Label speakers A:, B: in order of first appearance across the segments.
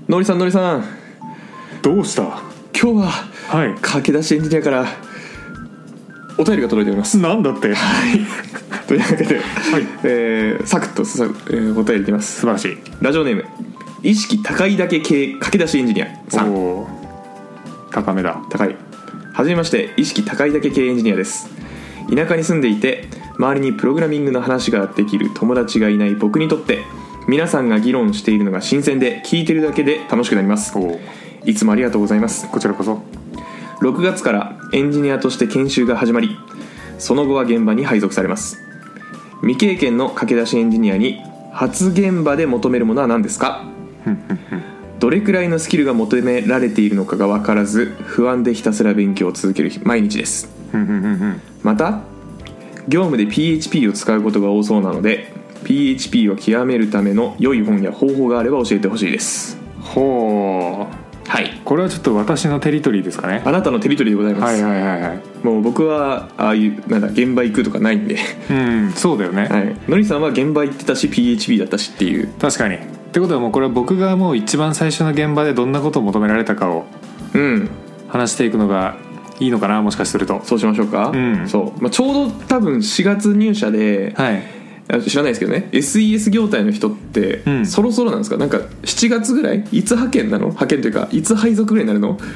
A: のりさん
B: どうした？
A: 今日は、
B: はい、
A: 駆け出しエンジニアからお便りが届いております。
B: なんだって。
A: はいというわけで、
B: はい
A: サクッとお便りいきます。
B: 素晴らしい。
A: ラジオネーム意識高いだけ系駆け出しエンジニアさん。
B: お高めだ。
A: 高い。はじめまして、意識高いだけ系エンジニアです。田舎に住んでいて周りにプログラミングの話ができる友達がいない僕にとって、皆さんが議論しているのが新鮮で、聞いてるだけで楽しくなります。いつもありがとうございます。
B: こちらこそ。
A: 6月からエンジニアとして研修が始まり、その後は現場に配属されます。未経験の駆け出しエンジニアに初現場で求めるものは何ですか？どれくらいのスキルが求められているのかが分からず、不安でひたすら勉強を続ける毎日です。また業務で PHP を使うことが多そうなので、 PHP を極めるための良い本や方法があれば教えてほしいです。
B: ほう。
A: はい、
B: これはちょっと私のテリトリーですかね。
A: あなたのテリトリーでございます。もう僕はああいう現場行くとかないんで
B: そうだよね。
A: はい、のりさんは現場行ってたし PHP だったしっていう。
B: 確かに。ってことはもうこれは僕がもう一番最初の現場でどんなことを求められたかを話していくのがいいのかな、もしかすると。
A: そうしましょうか。そう、ちょうど多分4月入社で、知らないですけどね、 SES 業態の人って、そろそろなんですか？なんか7月ぐらい、いつ派遣なの？派遣というかいつ配属ぐらいになるの？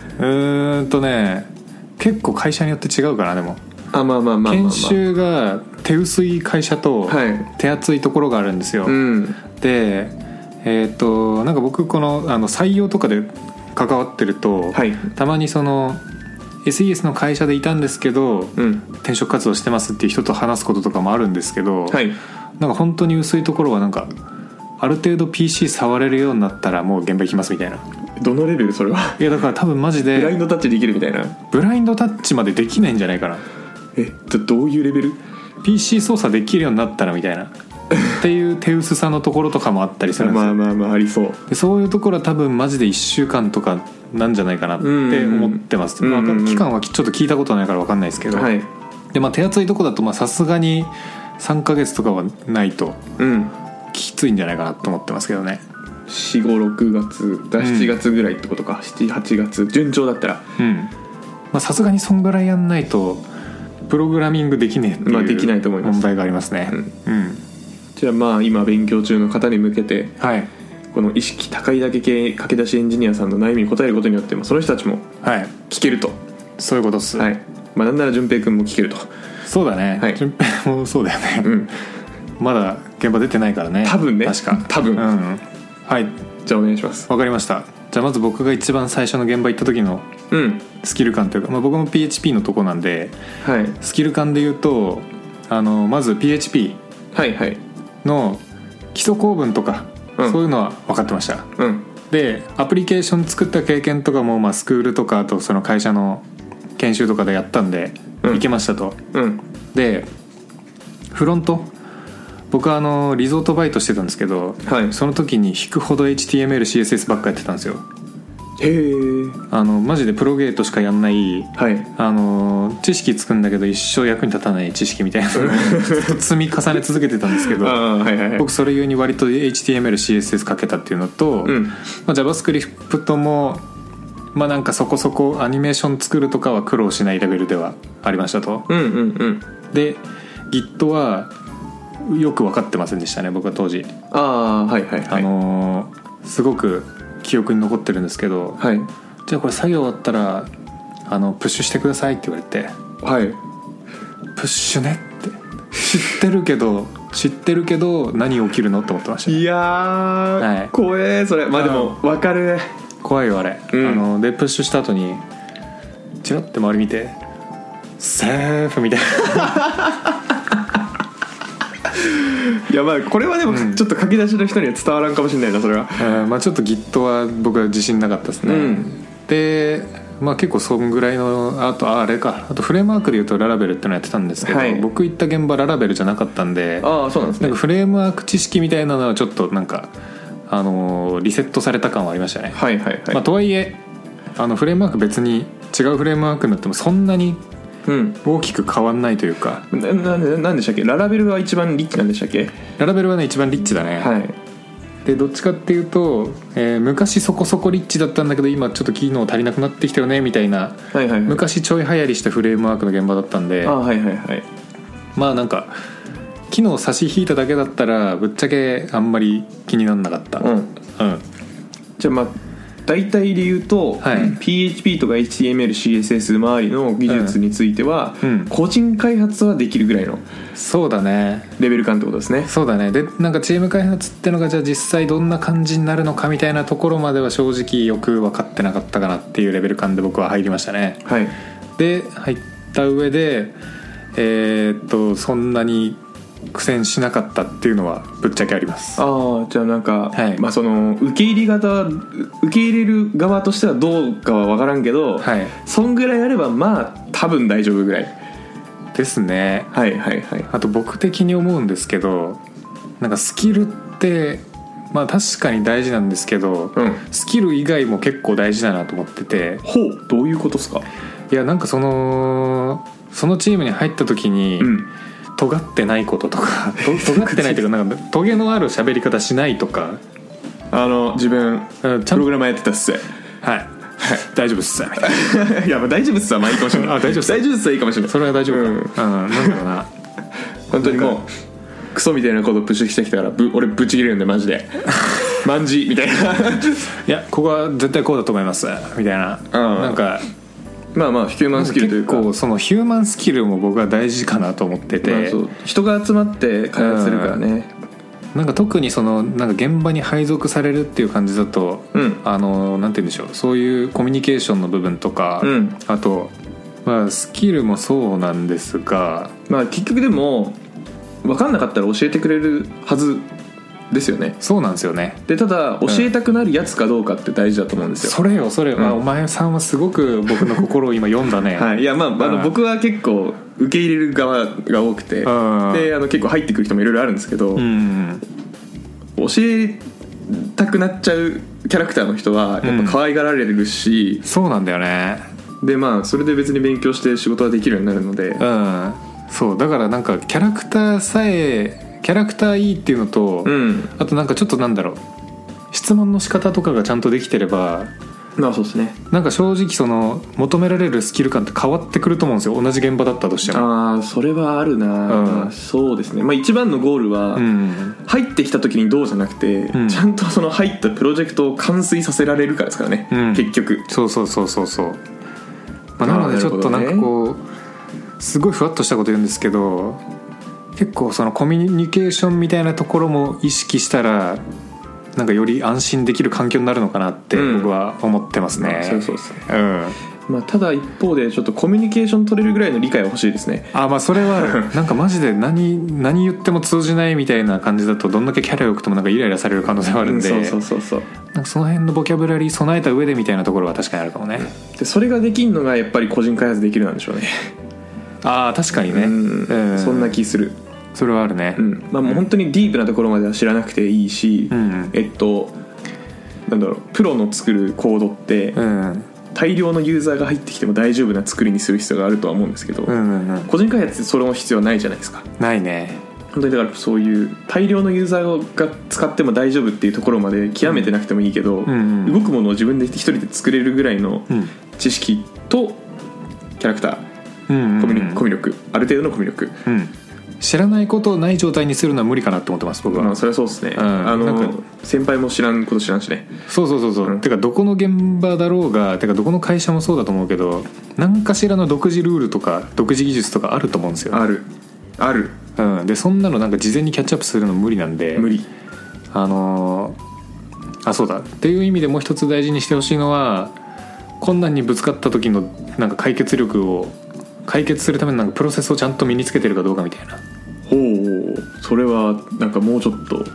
B: 結構会社によって違うかな。でも研修が手薄い会社と手厚いところがあるんですよ。でなんか僕この採用とかで関わってると、たまにその SES の会社でいたんですけど、転職活動してますっていう人と話すこととかもあるんですけど、なんか本当に薄いところはなんかある程度 PC 触れるようになったらもう現場行きますみたいな。
A: どのレベルそれは？い
B: やだから多分マジで
A: ブラインドタッチできるみたいな。
B: ブラインドタッチまでできないんじゃないかな。
A: どういうレベル？
B: PC 操作できるようになったらみたいなっていう手薄さのところとかもあったりするんですよ。ありそう。でそういうところは多分マジで1週間とかなんじゃないかなって思ってます。期間はちょっと聞いたことないから分かんないですけど、で手厚いとこだとさすがに3ヶ月とかはないときついんじゃないかなと思ってますけどね。
A: 4、5、6月7月ぐらいってことか。7、8月順調だったら
B: さすがにそんぐらいやんないとプログラミングできねえっていう問題がありますね。
A: じゃあ今勉強中の方に向けて、この意識高いだけ系駆け出しエンジニアさんの悩みに答えることによって、その人たちも聞けると、
B: そういうことっす。なん
A: なら順平くんも聞けると。そうだね、
B: 順平もそうだよね。まだ現場出てないからね、
A: 多分ね。
B: 確か
A: 多分、じゃあお願いします。
B: わかりました。じゃあまず僕が一番最初の現場行った時のスキル感というか、僕も PHP のとこなんで、スキル感で言うとまず PHP の基礎構文とか、そういうのは分かってました。でアプリケーション作った経験とかも、スクールとかあとその会社の研修とかでやったんで、いけましたと。でフロント、僕はリゾートバイトしてたんですけど、その時に引くほど HTML、CSS ばっかやってたんですよ。マジでプロゲートしかやんない、知識つくんだけど一生役に立たない知識みたいなのをずっと積み重ね続けてたんですけど僕それゆえに割と HTML、CSS かけたっていうのと、JavaScript もなんかそこそこアニメーション作るとかは苦労しないレベルではありましたと。で Git はよく分かってませんでしたね、僕は当時。すごく記憶に残ってるんですけど、じゃあこれ作業終わったらプッシュしてくださいって言われて、プッシュねって知ってるけど何起きるのって思ってました。いや怖えそれ。でも分かる。怖いよあれ。でプッシュした後にチラッて周り見てセーフみたいないやこれはでもちょっと書き出しの人には伝わらんかもしれないな、それは。ちょっと Git は僕は自信なかったですね。で結構そんぐらいのあとフレームワークでいうとララベルってのやってたんですけど、僕行った現場ララベルじゃなかったんで、そうなんですね。フレームワーク知識みたいなのはちょっとなんかリセットされた感はありましたね。とはいえフレームワーク別に違うフレームワークになってもそんなに大きく変わんないというか。なんでしたっけ？ララベルは一番リッチなんでしたっけ？ララベルはね一番リッチだね。 でどっちかっていうと、昔そこそこリッチだったんだけど今ちょっと機能足りなくなってきたよねみたいな、はいはいはい、昔ちょい流行りしたフレームワークの現場だったんで、
A: はいはいはい、
B: まあなんか機能差し引いただけだったらぶっちゃけあんまり気にならなかった、うんうん、
A: じゃあまあ大体で言うと、はい、PHP とか HTML、CSS 周りの技術については、うん、個人開発はできるぐらいの
B: そうだね
A: レベル感ってことですね。
B: そうだね。でなんかチーム開発ってのがじゃあ実際どんな感じになるのかみたいなところまでは正直よく分かってなかったかなっていうレベル感で僕は入りましたね、はい、で入った上でそんなに苦戦しなかったっていうのはぶっちゃけあります。
A: ああ、じゃあなんか、はい、まあその受け入れる側としてはどうかは分からんけど、はい、そんぐらいあればまあ多分大丈夫ぐらい
B: ですね。
A: はいはいはい。
B: あと僕的に思うんですけど、なんかスキルってまあ確かに大事なんですけど、うん、スキル以外も結構大事だなと思ってて。
A: ほう、どういうことですか？
B: いやなんかそのチームに入った時に、うん尖ってないこととか尖ってないというかなんかトゲのある喋り方しないとか
A: 自分プログラマーやってたっす
B: はい、大丈夫っすみた
A: いないや大丈夫っすはまあいいかもしれない大丈夫っすはいいかもしれない
B: それは大丈夫か、うんなんだろうな
A: 本当にもうクソみたいなことプッシュしてきたから俺ぶち切れるんでマジでマンジみたいない
B: やここは絶対こうだと思いますみたいな、なんか
A: まあまあヒューマンスキルというか
B: 結構そのヒューマンスキルも僕は大事かなと思ってて、まあ、そう
A: 人が集まって開発するからね、
B: なんか特にそのなんか現場に配属されるっていう感じだと、うん、なんて言うんでしょう、そういうコミュニケーションの部分とか、うん、あと、まあ、スキルもそうなんですが、
A: まあ、結局でも分かんなかったら教えてくれるはずですよね。
B: そうなんですよね。
A: でただ教えたくなるやつかどうかって大事だと思うんですよ、
B: それよ、お前さんはすごく僕の心を今読んだね
A: はい、いやまあ、僕は結構受け入れる側が多くて、で結構入ってくる人もいろいろあるんですけど、教えたくなっちゃうキャラクターの人はやっぱ可愛がられるし、
B: そうなんだよね。で
A: まあそれで別に勉強して仕事はできるようになるので、
B: そうだからなんかキャラクターいいっていうのと、あとなんかちょっとなんだろう、質問の仕方とかがちゃんとできてれば、
A: まあそうですね、
B: なんか正直その求められるスキル感って変わってくると思うんですよ、同じ現場だったとしても。
A: それはあるな、そうですね。まあ一番のゴールは、入ってきた時にどうじゃなくて、ちゃんとその入ったプロジェクトを完遂させられるからですからね、結局。
B: そう、まあ、なのでちょっとなんかこうすごいふわっとしたこと言うんですけど、結構そのコミュニケーションみたいなところも意識したらなんかより安心できる環境になるのかなって僕は思ってますね、
A: そうですね、まあ、ただ一方でちょっとコミュニケーション取れるぐらいの理解は欲しいですね。
B: まあそれはなんかマジで何言っても通じないみたいな感じだとどんだけキャラ良くてもなんかイライラされる可能性はあるんで、そうなんかその辺のボキャブラリー備えた上でみたいなところは確かにあるかもね、
A: でそれができるのがやっぱり個人開発できるなんでしょうね。
B: 確かにね、
A: そんな気する。
B: それはあるね、
A: まあ、もう本当にディープなところまでは知らなくていいし、なんだろう、プロの作るコードって、大量のユーザーが入ってきても大丈夫な作りにする必要があるとは思うんですけど、個人開発ってそれの必要はないじゃないですか。
B: ないね。
A: 本当にだからそういう大量のユーザーが使っても大丈夫っていうところまで極めてなくてもいいけど、動くものを自分で一人で作れるぐらいの知識とキャラクター、コミュ力、ある程度のコミュ力、
B: 知らないことをない状態にするのは無理かなって思ってます僕は。
A: それはそうですね、先輩も知らんこと知らんしね。
B: そう、てかどこの現場だろうが、てかどこの会社もそうだと思うけど、何かしらの独自ルールとか独自技術とかあると思うんですよ。
A: ある、
B: でそんなのなんか事前にキャッチアップするの無理なんで、
A: 無理。
B: そうだっていう意味でもう一つ大事にしてほしいのは、困難にぶつかった時のなんか解決力を解決するためのなんかプロセスをちゃんと身につけてるかどうかみたいな。
A: それはなんかもうちょっと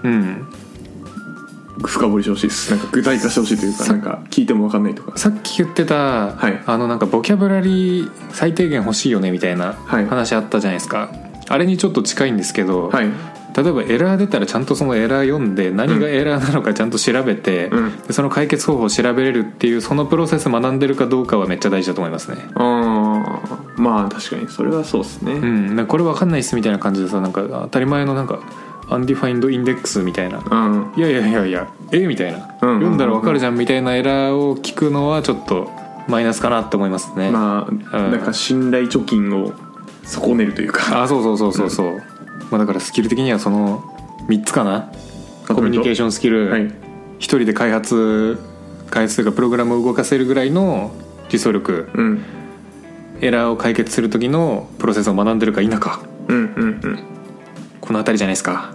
A: 深掘りしてほしいです。なんか具体化してほしいというか、なんか聞いても分かんないとか。
B: さっき言ってた、なんかボキャブラリー最低限欲しいよねみたいな話あったじゃないですか、あれにちょっと近いんですけど、例えばエラー出たらちゃんとそのエラー読んで何がエラーなのかちゃんと調べて、でその解決方法を調べれるっていうそのプロセス学んでるかどうかはめっちゃ大事だと思いますね。
A: まあ確かにそれはそうですね、
B: なんかこれ分かんないっすみたいな感じでさ、なんか当たり前のなんかアンディファインドインデックスみたいな、いやみたいな、読んだら分かるじゃんみたいなエラーを聞くのはちょっとマイナスかなって思いますね。
A: なんか信頼貯金を損ねるというか。
B: そう、だからスキル的にはその3つかな。コミュニケーションスキル、一人で開発というかプログラムを動かせるぐらいの実装力、エラーを解決する時のプロセスを学んでるか否か、この辺りじゃないですか。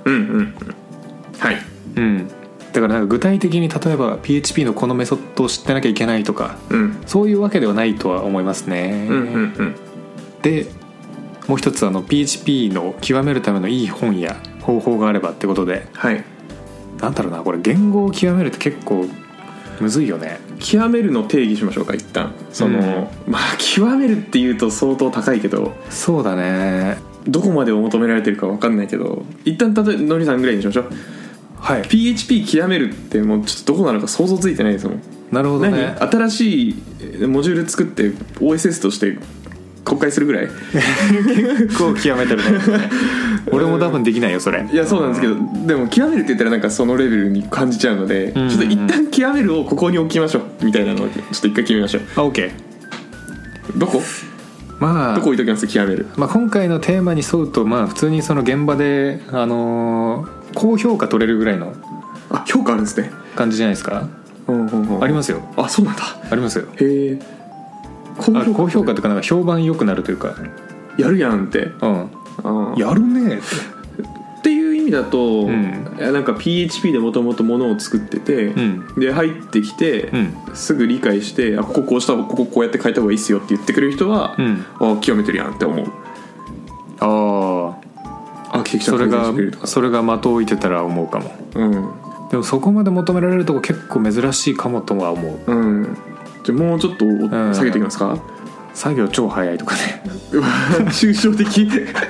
B: だからなんか具体的に例えば PHP のこのメソッドを知ってなきゃいけないとか、そういうわけではないとは思いますね。でもう一つPHP の極めるためのいい本や方法があればってことで、なんだろうな、これ言語を極めるって結構むずいよね。
A: 極めるの定義しましょうか一旦。極めるっていうと相当高いけど、
B: そうだね、
A: どこまでを求められてるか分かんないけど、一旦例えばのりさんぐらいにしましょう。PHP 極めるってもうちょっとどこなのか想像ついてないですもん。
B: なるほどね。
A: 新しいモジュール作って OSS として公開するぐらい
B: 結構極めてるね俺も多分できないよそれ。
A: いやそうなんですけど、でも極めるって言ったらなんかそのレベルに感じちゃうので、ちょっと一旦極めるをここに置きましょうみたいなのをちょっと一回決めましょう。
B: OK。
A: どこどこ置いときます？極める、
B: 今回のテーマに沿うと普通にその現場で高評価取れるぐらいの
A: 評価あるんですね
B: 感じじゃないですか。ありますよ。
A: そうなんだ。
B: ありますよ。
A: へえ。
B: 高評価とかなんか評判良くなるというか、
A: やるやんって、
B: やるね
A: っていう意味だと、なんか PHP でもともとものを作ってて、で入ってきて、すぐ理解してここうしたこここうやって変えた方がいいっすよって言ってくれる人は、極めてるやんって思う。アーキテクチャ改善してくれるとか、
B: それが的を置いてたら思うかも。でもそこまで求められるとこ結構珍しいかもとは思う。
A: じゃあもうちょっと下げていきますか。
B: 作業超早いとかね
A: 抽象的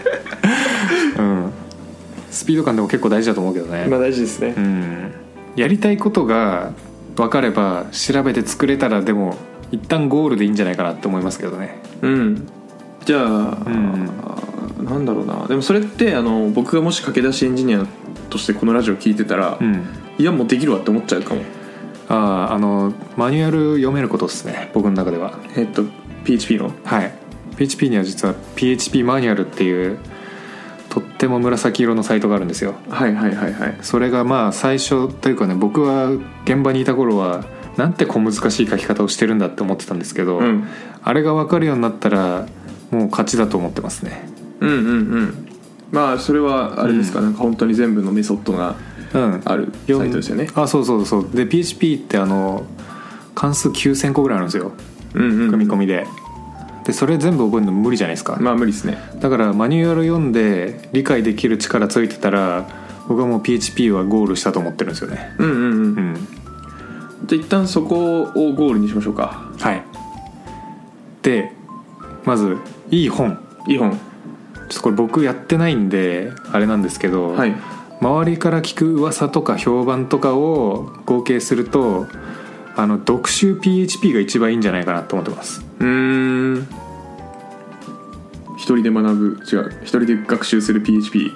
B: スピード感でも結構大事だと思うけどね。
A: 大事ですね。
B: やりたいことが分かれば調べて作れたら、でも一旦ゴールでいいんじゃないかなって思いますけどね。
A: じゃあ、なんだろうな。でもそれって僕がもし駆け出しエンジニアとしてこのラジオ聞いてたら、いやもうできるわって思っちゃうかも。
B: マニュアル読めることですね、僕の中では。
A: PHP の
B: PHP には実は PHP マニュアルっていうとっても紫色のサイトがあるんですよ。それが最初というかね、僕は現場にいた頃はなんて小難しい書き方をしてるんだって思ってたんですけど、あれが分かるようになったらもう勝ちだと思ってますね。
A: それはあれですか、なんか本当に全部のメソッドがあるサイトですよね。
B: そうで PHP って関数9000個ぐらいあるんですよ、組み込みで。それ全部覚えるの無理じゃないですか。
A: 無理ですね。
B: だからマニュアル読んで理解できる力ついてたら、僕はもう PHP はゴールしたと思ってるんですよね。
A: じゃあ一旦そこをゴールにしましょうか。
B: でまずいい本ちょっとこれ僕やってないんであれなんですけど、周りから聞く噂とか評判とかを合計すると読習 PHP が一番いいんじゃないかなと思ってます。
A: 一人で一人で学習する PHP。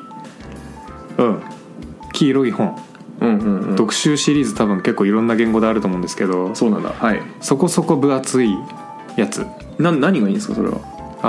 B: 黄色い本、読習シリーズ多分結構いろんな言語であると思うんですけど、
A: そうなんだ。
B: そこそこ分厚いやつ。
A: 何がいいんですかそれは。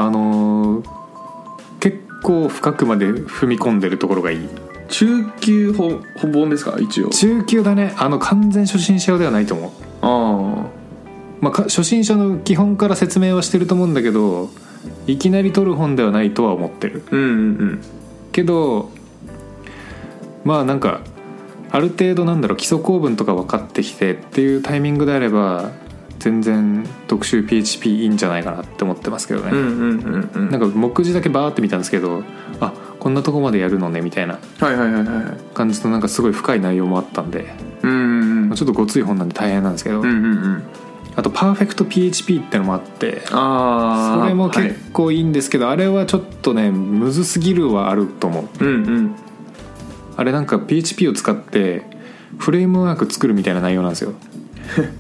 B: 結構深くまで踏み込んでるところがいい。
A: 中級本ですか？一応
B: 中級だね。完全初心者用ではないと思う。初心者の基本から説明はしてると思うんだけど、いきなり取る本ではないとは思ってる。けどなんかある程度基礎構文とか分かってきてっていうタイミングであれば全然読習 PHP いいんじゃないかなって思ってますけどね。なんか目次だけバーって見たんですけど、こんなとこまでやるのねみたいな感じのなんかすごい深い内容もあったんで、ちょっとごつい本なんで大変なんですけど、あとパーフェクト PHP ってのもあって、それも結構いいんですけど、あれはちょっとねむずすぎるはあると思う。あれなんか PHP を使ってフレームワーク作るみたいな内容なんですよ。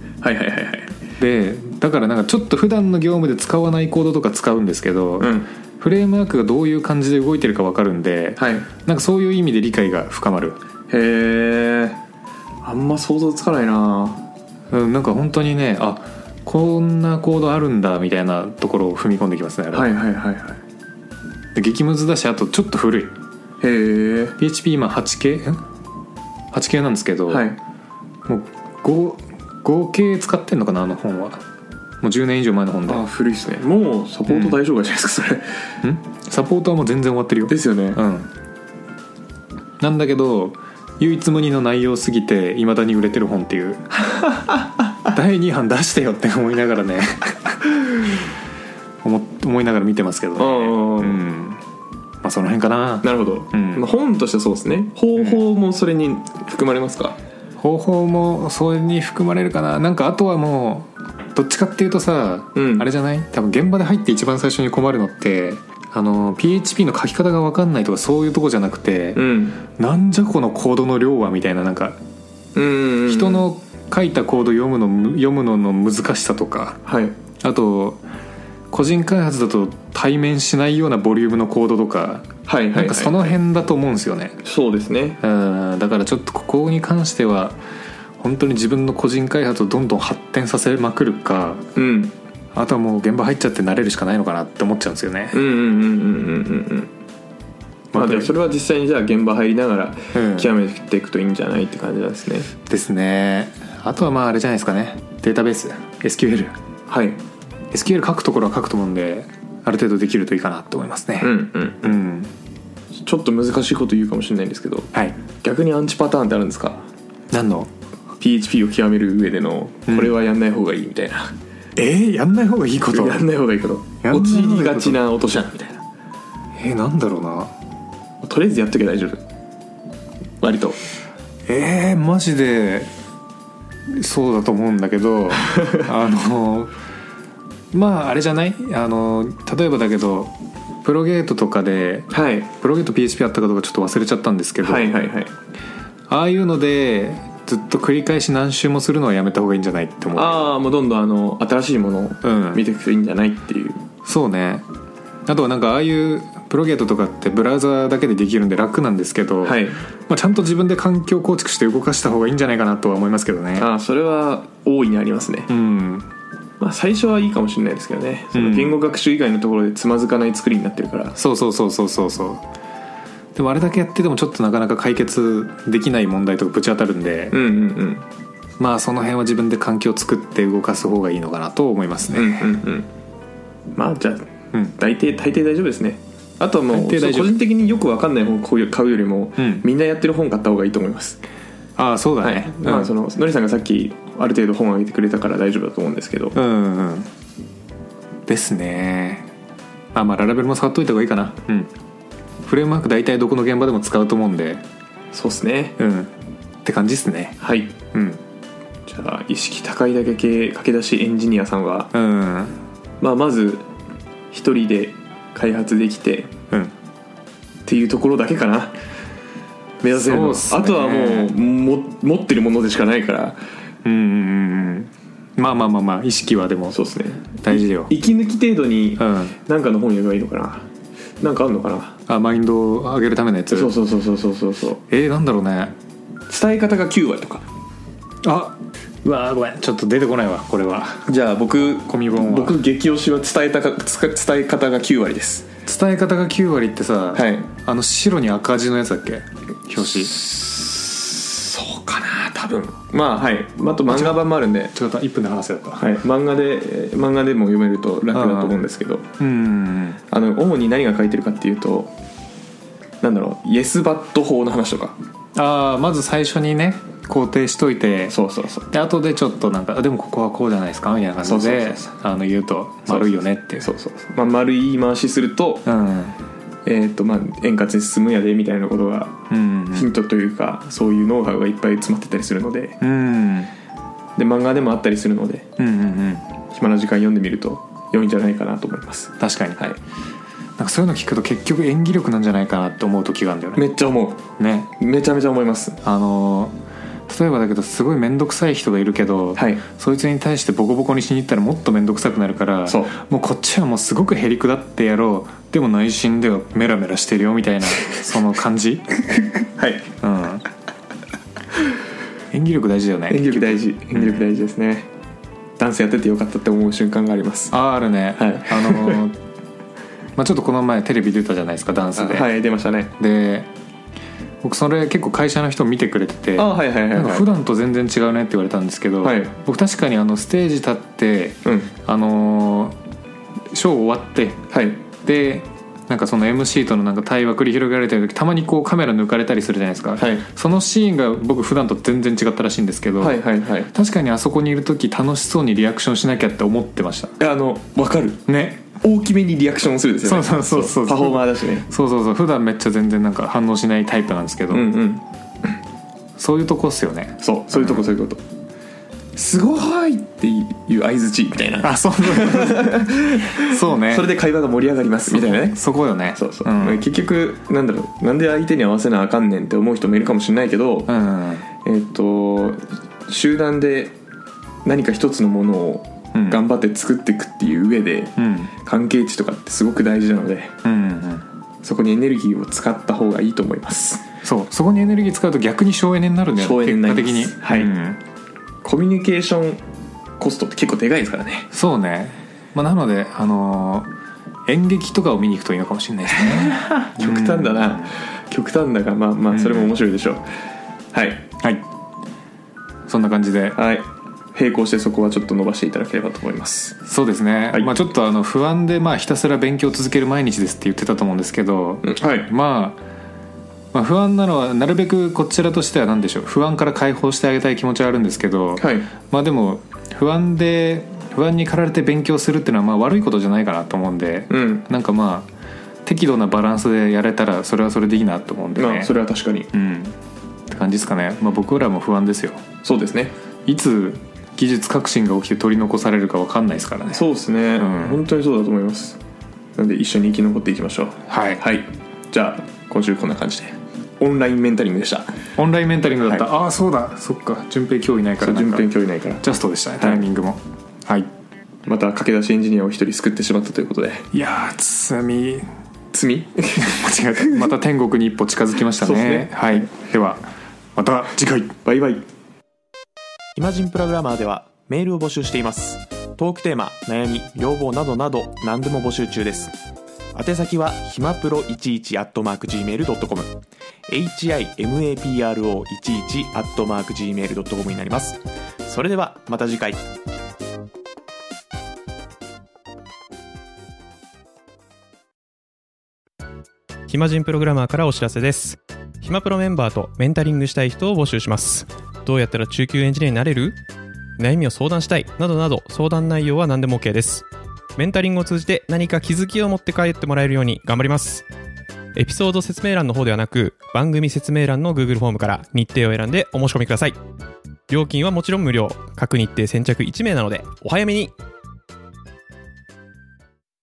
B: でだからなんかちょっと普段の業務で使わないコードとか使うんですけど、 フレームワークがどういう感じで動いてるか分かるんで、はい、なんかそういう意味で理解が深まる。
A: へえ、あんま想像つかないな。
B: なんか本当にね、あ、こんなコードあるんだみたいなところを踏み込んできますね。
A: はいはいはいはい。
B: で激ムズだし、あとちょっと古い。へ
A: え。
B: PHP 今 8K なんですけど、はい、もう 5K 使ってんのかな、あの本は。もう10年以上前の本で。
A: あ、古いっすね。もうサポート大丈夫じゃないですか、それ。
B: サポートはもう全然終わってるよ。
A: ですよね。
B: なんだけど唯一無二の内容すぎて未だに売れてる本っていう第2版出してよって思いながらね思いながら見てますけどね。まあその辺かな。
A: なるほど、本としてはそうですね。方法もそれに含まれますか？
B: 方法もそれに含まれるかな。なんかあとはもうどっちかっていうとさ、あれじゃない？多分現場で入って一番最初に困るのってPHP の書き方が分かんないとかそういうとこじゃなくて、なんじゃこのコードの量はみたいな、なんか人の書いたコード読むのの難しさとか、はい、あと個人開発だと対面しないようなボリュームのコードとか、なんかその辺だと思うんですよね。
A: そうですね。
B: だからちょっとここに関しては本当に自分の個人開発をどんどん発展させまくるか、あとはもう現場入っちゃって慣れるしかないのかなって思っちゃうんですよね。
A: まあでもそれは実際にじゃあ現場入りながら極めていくといいんじゃないって感じなんですね。
B: ですね。あとはまああれじゃないですかね、データベース SQL。 はい、 SQL 書くところは書くと思うんで、ある程度できるといいかなと思いますね。
A: ちょっと難しいこと言うかもしれないんですけど、はい、逆にアンチパターンってあるんですか？
B: 何の？
A: PHP を極める上でのこれはやんない方がいいみたいな。
B: やんない方がいいこと？
A: やんない方がいいこと、陥りがちな落とし穴みたいな。
B: なんだろうな。
A: とりあえずやっとけば大丈夫、割と。
B: マジでそうだと思うんだけどまああれじゃない、例えばだけどプロゲートとかで、はい、プロゲート PHP あったかどうかちょっと忘れちゃったんですけど、はいはいはい、ああいうのでずっと繰り返し何周もするのはやめた方がいいんじゃないって思う。
A: ああ、もうどんどん新しいものを見ていくといいんじゃないっていう、
B: そうね。あとはなんかああいうプロゲートとかってブラウザだけでできるんで楽なんですけど、はい、ちゃんと自分で環境構築して動かした方がいいんじゃないかなとは思いますけどね。
A: それは大いにありますね。最初はいいかもしれないですけどね、その言語学習以外のところでつまずかない作りになってるから。
B: そうでもあれだけやっててもちょっとなかなか解決できない問題とかぶち当たるんで、まあその辺は自分で環境を作って動かす方がいいのかなと思いますね。
A: まあじゃあ、大抵大丈夫ですね。あとはもう個人的によく分かんない本買うよりも、みんなやってる本買った方がいいと思います。
B: ああ、そうだね。
A: まあそののりさんがさっきある程度本をあげてくれたから大丈夫だと思うんですけど、
B: ですね。まあララベルも触っといた方がいいかな。フレームワーク大体どこの現場でも使うと思うんで。
A: そうっすね。
B: って感じっすね。
A: はい。じゃあ意識高いだけ系駆け出しエンジニアさんは、まず一人で開発できて、っていうところだけかな、目指せるの。あとはもう持ってるものでしかないから。ま
B: あ意識はでも
A: そうですね、
B: 大事よ。
A: 息抜き程度に何かの本読めばいいのかな。なんかあるのかな。
B: マインドを上げるためのやつ。
A: そう。
B: なんだろうね。
A: 伝え方が9割とか。
B: うわー、ごめん、ちょっと出てこないわこれは。
A: じゃあ僕激推しは伝え方が9割です。
B: 伝え方が9割ってさ、白に赤字のやつだっけ、表紙。
A: そうかな、多分。あと漫画版もあるんで、
B: ちょっと1分で話せた。
A: 漫画でも読めると楽だと思うんですけど、主に何が書いてるかっていうと、なんだろう、イエスバット法の話とか。
B: まず最初にね肯定しといて、で後でちょっとなんかでもここはこうじゃないですかみたいな感じで言うと丸いよねっていう。
A: 丸い言い回しすると、円滑に進むやでみたいなことがヒントというか、そういうノウハウがいっぱい詰まってたりするので、で漫画でもあったりするので、暇な時間読んでみると良いんじゃないかなと思います。
B: 確かに。なんかそういうの聞くと結局演技力なんじゃないかなって思う時があるんだよね。
A: めっちゃ思うね。めちゃめちゃ思います。
B: 例えばだけどすごい面倒くさい人がいるけど、はい、そいつに対してボコボコにしに行ったらもっと面倒くさくなるから、もうこっちはもうすごくへりくだってやろう、でも内心ではメラメラしてるよみたいなその感じ
A: はい、うん、
B: 演技力大事だよね。
A: 演技力大事ですね、ダンスやっててよかったって思う瞬間があります。
B: あるね、はい、まあ、ちょっとこの前テレビ出たじゃないですか、ダンスで。
A: はい、出ましたね。
B: で僕それ結構会社の人見てくれてて、なんか普段と全然違うねって言われたんですけど、はい、僕確かにステージ立って、うん、ショー終わって、はい、でなんかその MC とのなんか対話繰り広げられてる時、たまにこうカメラ抜かれたりするじゃないですか、はい、そのシーンが僕普段と全然違ったらしいんですけど、はいはいはい、確かにあそこにいる時楽しそうにリアクションしなきゃって思ってました。
A: 分かる
B: ね、
A: 大きめにリアクションするんですよね。
B: そう
A: パフォーマーだしね。
B: そう普段めっちゃ全然なんか反応しないタイプなんですけど、うんうん、そういうとこっすよね。
A: そういうことすごいっていう相づちみたいな。
B: あ、そうね。
A: それで会話が盛り上がりますみたいなね。
B: そこよね。
A: そう、うん、結局なんだろう、なんで相手に合わせなあかんねんって思う人もいるかもしれないけど、集団で何か一つのものを頑張って作っていくっていう上で、うん、関係値とかってすごく大事なので、うんうん、そこにエネルギーを使った方がいいと思います。
B: そこにエネルギー使うと逆に省エネになるんだよね。結果的に、
A: はい、うん、コミュニケーションコストって結構でかいですからね。
B: そうね、まあ、なので、演劇とかを見に行くといいのかもしれないですね
A: 極端だな、うん、極端だがまあそれも面白いでしょう、うん、はい
B: はい、そんな感じで、
A: はい、並行してそこはちょっと伸ばしていただければと思います。
B: そうですね、はい、まあ、ちょっと不安でひたすら勉強を続ける毎日ですって言ってたと思うんですけど、うん、はい、まあ不安なのはなるべくこちらとしては何でしょう、不安から解放してあげたい気持ちはあるんですけど、はい、まあでも不安に駆られて勉強するっていうのはまあ悪いことじゃないかなと思うんで、うん、なんかまあ適度なバランスでやれたらそれはそれでいいなと思うんでね、
A: まあ、それは確かに、うん、
B: って感じですかね。まあ、僕らも不安ですよ。
A: そうですね、
B: いつ技術革新が起きて取り残されるか分かんないですからね。
A: そうですね、うん、本当にそうだと思います。なので一緒に生き残っていきましょう。はい、はい、じゃあ今週こんな感じでオンラインメンタリングでした。
B: オンラインメンタリングだった、はい、ああそうだ、そっか、順平今日いないから
A: 順平今日いないから
B: ジャストでしたね、タイミングも。はい、
A: また駆け出しエンジニアを一人救ってしまったということで、
B: いやー罪
A: 間違
B: えたまた天国に一歩近づきました ねはい、ではまた次回、
A: バイバイ。
C: イマジンプログラマーではメールを募集しています。トークテーマ、悩み、要望などなど何でも募集中です。宛先はひまプロ11@gmail.com himapro11@gmail.com になります。それではまた次回。ひまじんプログラマーからお知らせです。ひまプロメンバーとメンタリングしたい人を募集します。どうやったら中級エンジニアになれる？悩みを相談したいなどなど、相談内容は何でも OK です。メンタリングを通じて何か気づきを持って帰ってもらえるように頑張ります。エピソード説明欄の方ではなく、番組説明欄の Google フォームから日程を選んでお申し込みください。料金はもちろん無料、各日程先着1名なのでお早めに。